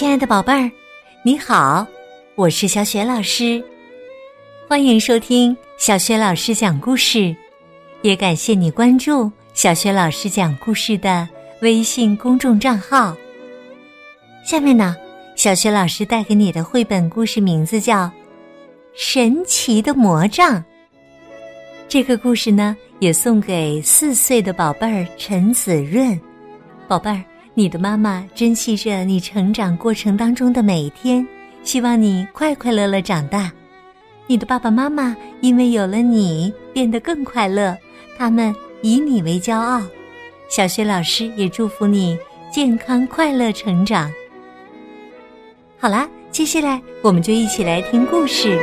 亲爱的宝贝儿，你好，我是小雪老师，欢迎收听小雪老师讲故事，也感谢你关注小雪老师讲故事的微信公众账号。下面呢，小雪老师带给你的绘本故事名字叫《神奇的魔杖》。这个故事呢，也送给4岁的宝贝儿陈子润。宝贝儿，你的妈妈珍惜着你成长过程当中的每一天，希望你快快乐乐长大。你的爸爸妈妈因为有了你变得更快乐，他们以你为骄傲。小雪老师也祝福你健康快乐成长。好啦，接下来我们就一起来听故事。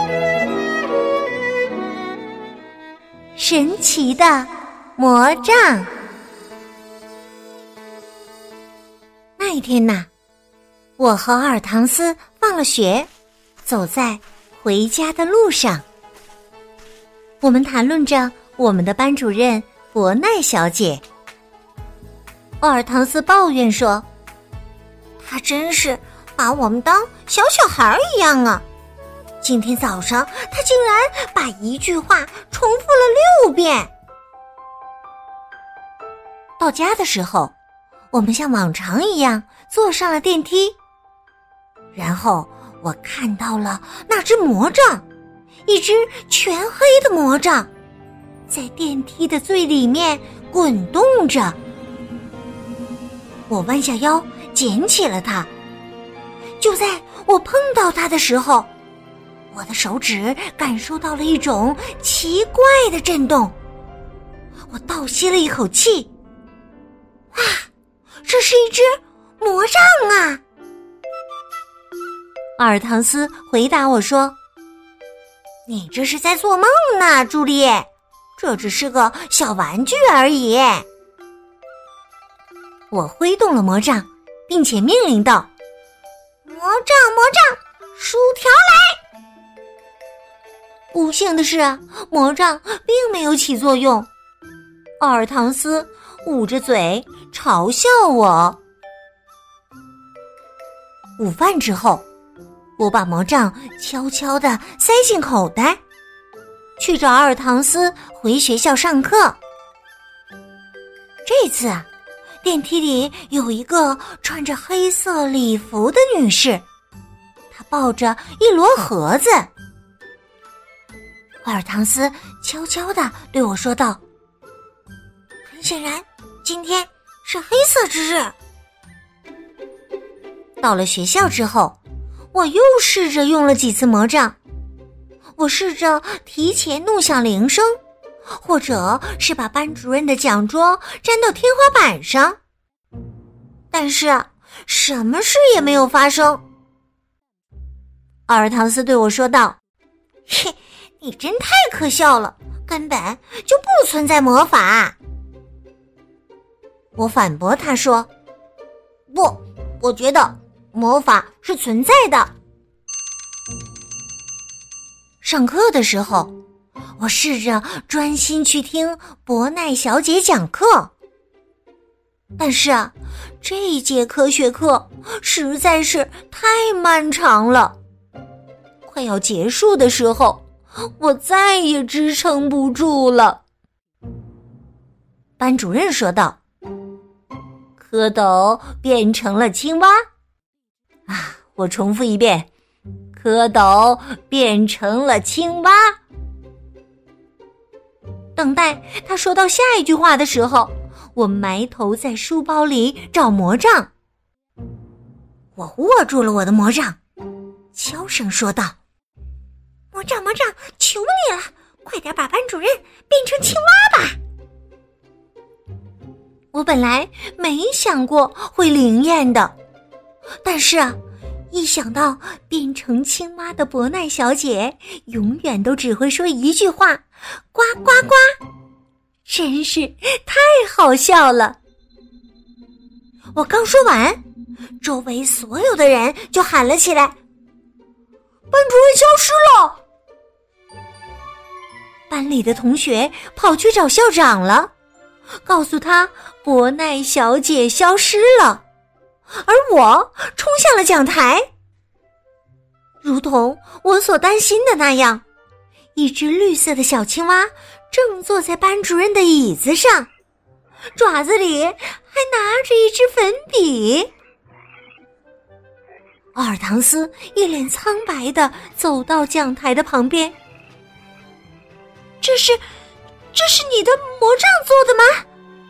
神奇的魔杖。那一天呐，我和阿尔唐斯放了学，走在回家的路上。我们谈论着我们的班主任伯奈小姐。阿尔唐斯抱怨说，她真是把我们当小孩一样啊！今天早上她竟然把一句话重复了6遍。到家的时候，我们像往常一样坐上了电梯，然后我看到了那只魔杖，一只全黑的魔杖，在电梯的最里面滚动着。我弯下腰捡起了它，就在我碰到它的时候，我的手指感受到了一种奇怪的震动。我倒吸了一口气，哇，这是一只魔杖啊！阿尔唐斯回答我说，你这是在做梦呢，朱丽叶，这只是个小玩具而已。我挥动了魔杖，并且命令道，魔杖，薯条来！不幸的是，魔杖并没有起作用。阿尔唐斯捂着嘴嘲笑我。午饭之后，我把魔杖悄悄地塞进口袋，去找阿尔唐斯回学校上课。这次电梯里有一个穿着黑色礼服的女士，她抱着一摞盒子。阿尔唐斯悄悄地对我说道，很显然今天是黑色之日。到了学校之后，我又试着用了几次魔杖。我试着提前弄响铃声，或者是把班主任的讲桌粘到天花板上，但是什么事也没有发生。阿尔唐斯对我说道，嘿，你真太可笑了，根本就不存在魔法。我反驳他说，不，我觉得魔法是存在的。上课的时候，我试着专心去听伯奈小姐讲课，但是这一节科学课实在是太漫长了。快要结束的时候，我再也支撑不住了。班主任说道，蝌蚪变成了青蛙。我重复一遍，蝌蚪变成了青蛙。等待他说到下一句话的时候，我埋头在书包里找魔杖。我握住了我的魔杖，悄声说道，魔杖，求你了，快点把班主任变成青蛙吧。我本来没想过会灵验的，但是一想到变成青蛙的伯奈小姐永远都只会说一句话，呱呱呱，真是太好笑了。我刚说完，周围所有的人就喊了起来，班主任消失了。班里的同学跑去找校长了，告诉他伯奈小姐消失了。 而我冲向了讲台。如同我所担心的那样，一只绿色的小青蛙正坐在班主任的椅子上，爪子里还拿着一支粉笔。奥尔唐斯一脸苍白地走到讲台的旁边。这是你的魔杖做的吗？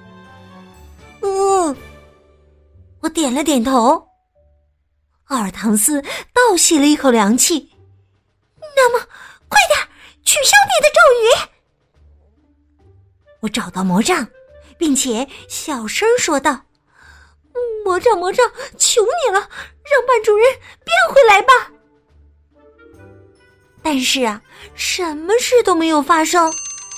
我点了点头。奥尔唐斯倒吸了一口凉气。那么，快点取消你的咒语！我找到魔杖，并且小声说道：“魔杖，求你了，让班主任变回来吧。”但是啊，什么事都没有发生。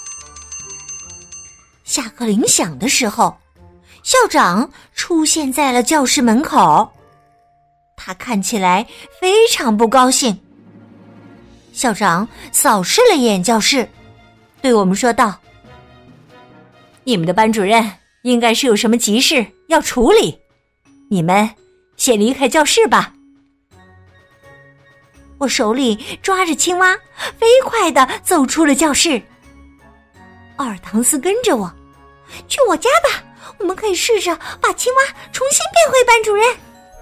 下课铃响的时候，校长出现在了教室门口。他看起来非常不高兴。校长扫视了一眼教室，对我们说道：“你们的班主任应该是有什么急事要处理，你们先离开教室吧。”我手里抓着青蛙，飞快地走出了教室。奥尔唐斯跟着我，去我家吧，我们可以试着把青蛙重新变回班主任。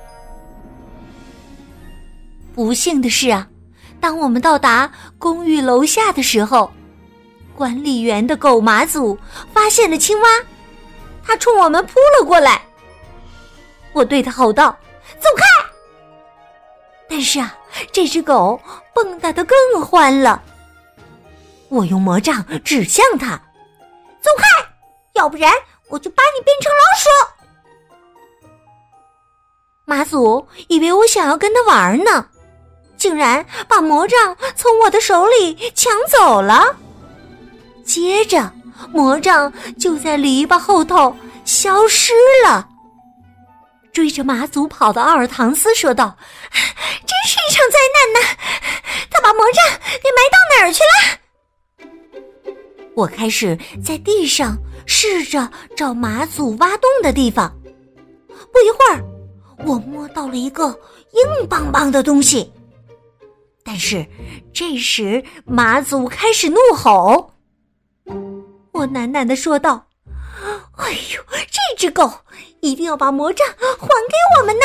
不幸的是啊，当我们到达公寓楼下的时候，管理员的狗马祖发现了青蛙，他冲我们扑了过来。我对他吼道：“走开！”但是啊，这只狗蹦跶得更欢了。我用魔杖指向它：“走开，要不然我就把你变成老鼠！”马祖以为我想要跟他玩呢，竟然把魔杖从我的手里抢走了。接着，魔杖就在篱笆后头消失了。追着马祖跑的奥尔唐斯说道：“真是一场灾难呐！他把魔杖给埋到哪儿去了？”我开始在地上试着找马祖挖洞的地方。不一会儿，我摸到了一个硬邦邦的东西。但是这时马祖开始怒吼。我喃喃地说道：“哎呦，这只狗一定要把魔杖还给我们呐！”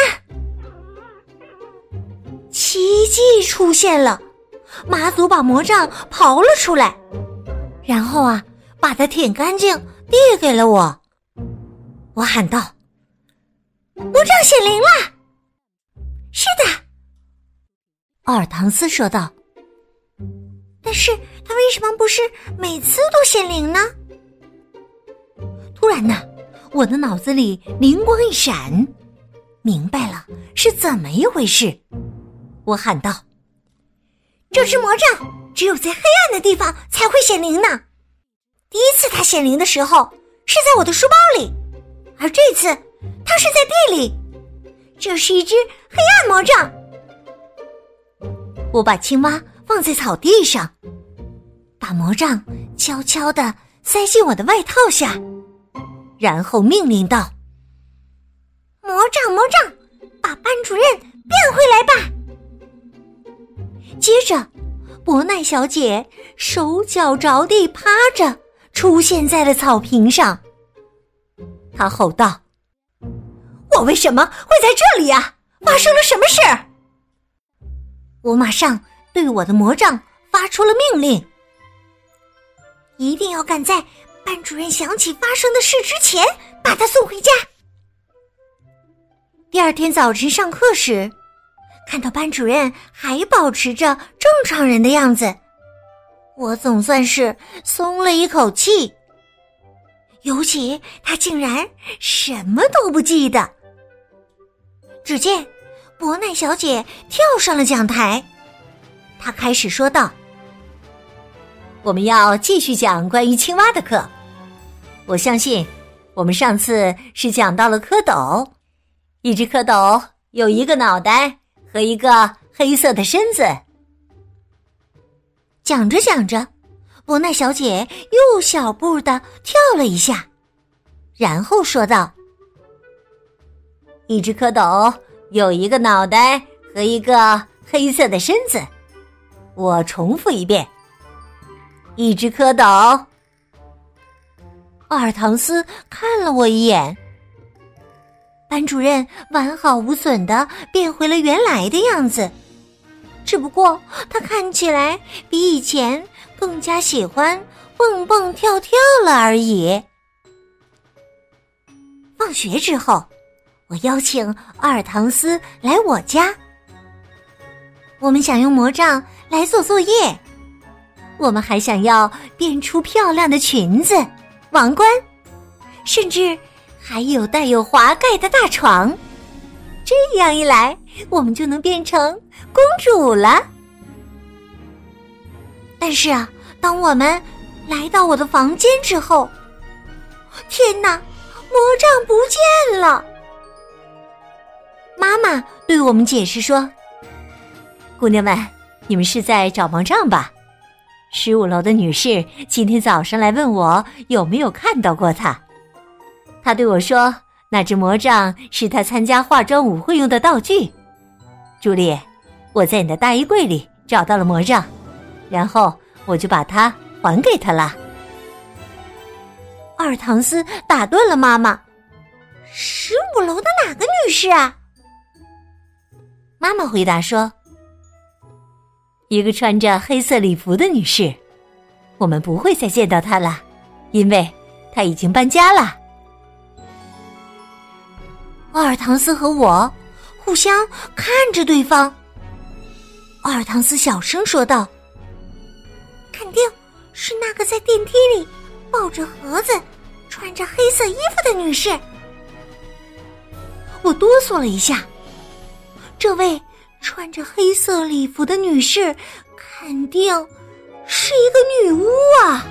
奇迹出现了，马祖把魔杖刨了出来，然后啊，把它舔干净递给了我。我喊道：“魔杖显灵了！”“是的。”奥尔唐斯说道。“但是他为什么不是每次都显灵呢？”突然呢，我的脑子里灵光一闪，明白了是怎么一回事。我喊道：“这只魔杖只有在黑暗的地方才会显灵呢。第一次它显灵的时候是在我的书包里，而这次它是在地里。这是一只黑暗魔杖。”我把青蛙放在草地上，把魔杖悄悄地塞进我的外套下，然后命令道：“魔杖，把班主任变回来吧！”接着，伯奈小姐手脚着地趴着出现在了草坪上。她吼道：“我为什么会在这里啊？发生了什么事？”我马上对我的魔杖发出了命令：“一定要赶在班主任想起发生的事之前把他送回家。”第二天早晨上课时，看到班主任还保持着正常人的样子，我总算是松了一口气。尤其他竟然什么都不记得。只见伯奈小姐跳上了讲台，她开始说道：“我们要继续讲关于青蛙的课。我相信我们上次是讲到了蝌蚪，一只蝌蚪有一个脑袋和一个黑色的身子。”讲着讲着，伯奈小姐又小步地跳了一下，然后说道：“ 一只蝌蚪有一个脑袋和一个黑色的身子。我重复一遍，一只蝌蚪。奥尔唐斯看了我一眼。班主任完好无损地变回了原来的样子，只不过他看起来比以前更加喜欢蹦蹦跳跳了而已。放学之后，我邀请奥尔唐斯来我家，我们想用魔杖来做作业，我们还想要变出漂亮的裙子、王冠，甚至还有带有滑盖的大床。这样一来，我们就能变成公主了。但是啊，当我们来到我的房间之后，天哪，魔杖不见了！妈妈对我们解释说：“姑娘们，你们是在找魔杖吧？15楼的女士今天早上来问我有没有看到过它。她对我说，那只魔杖是她参加化妆舞会用的道具。朱莉，我在你的大衣柜里找到了魔杖，然后我就把它还给她了。”奥尔唐斯打断了妈妈：“15楼的哪个女士啊？”妈妈回答说：“一个穿着黑色礼服的女士，我们不会再见到她了，因为她已经搬家了。”奥尔唐斯和我互相看着对方。奥尔唐斯小声说道：“肯定是那个在电梯里抱着盒子、穿着黑色衣服的女士。”我哆嗦了一下，这位穿着黑色礼服的女士肯定是一个女巫啊！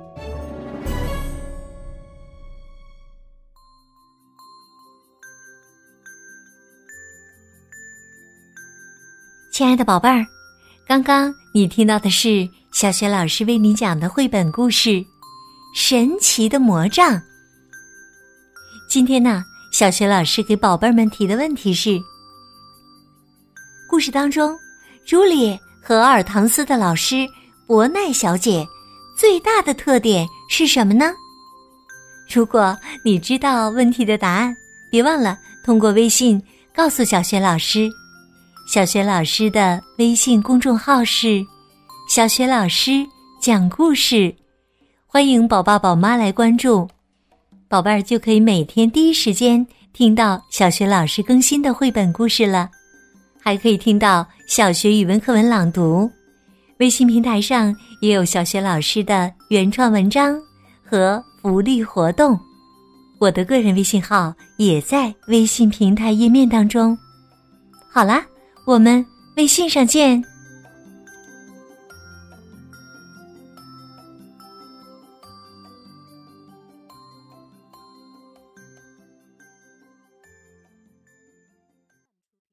亲爱的宝贝儿，刚刚你听到的是小雪老师为你讲的绘本故事《神奇的魔杖》。今天呢，小雪老师给宝贝们提的问题是：故事当中，朱莉和奥尔唐斯的老师伯奈小姐最大的特点是什么呢？如果你知道问题的答案，别忘了通过微信告诉小雪老师。小雪老师的微信公众号是小雪老师讲故事，欢迎宝爸宝妈来关注，宝贝儿就可以每天第一时间听到小雪老师更新的绘本故事了，还可以听到小学语文课文朗读。微信平台上也有小雪老师的原创文章和福利活动，我的个人微信号也在微信平台页面当中。好啦，我们微信上见。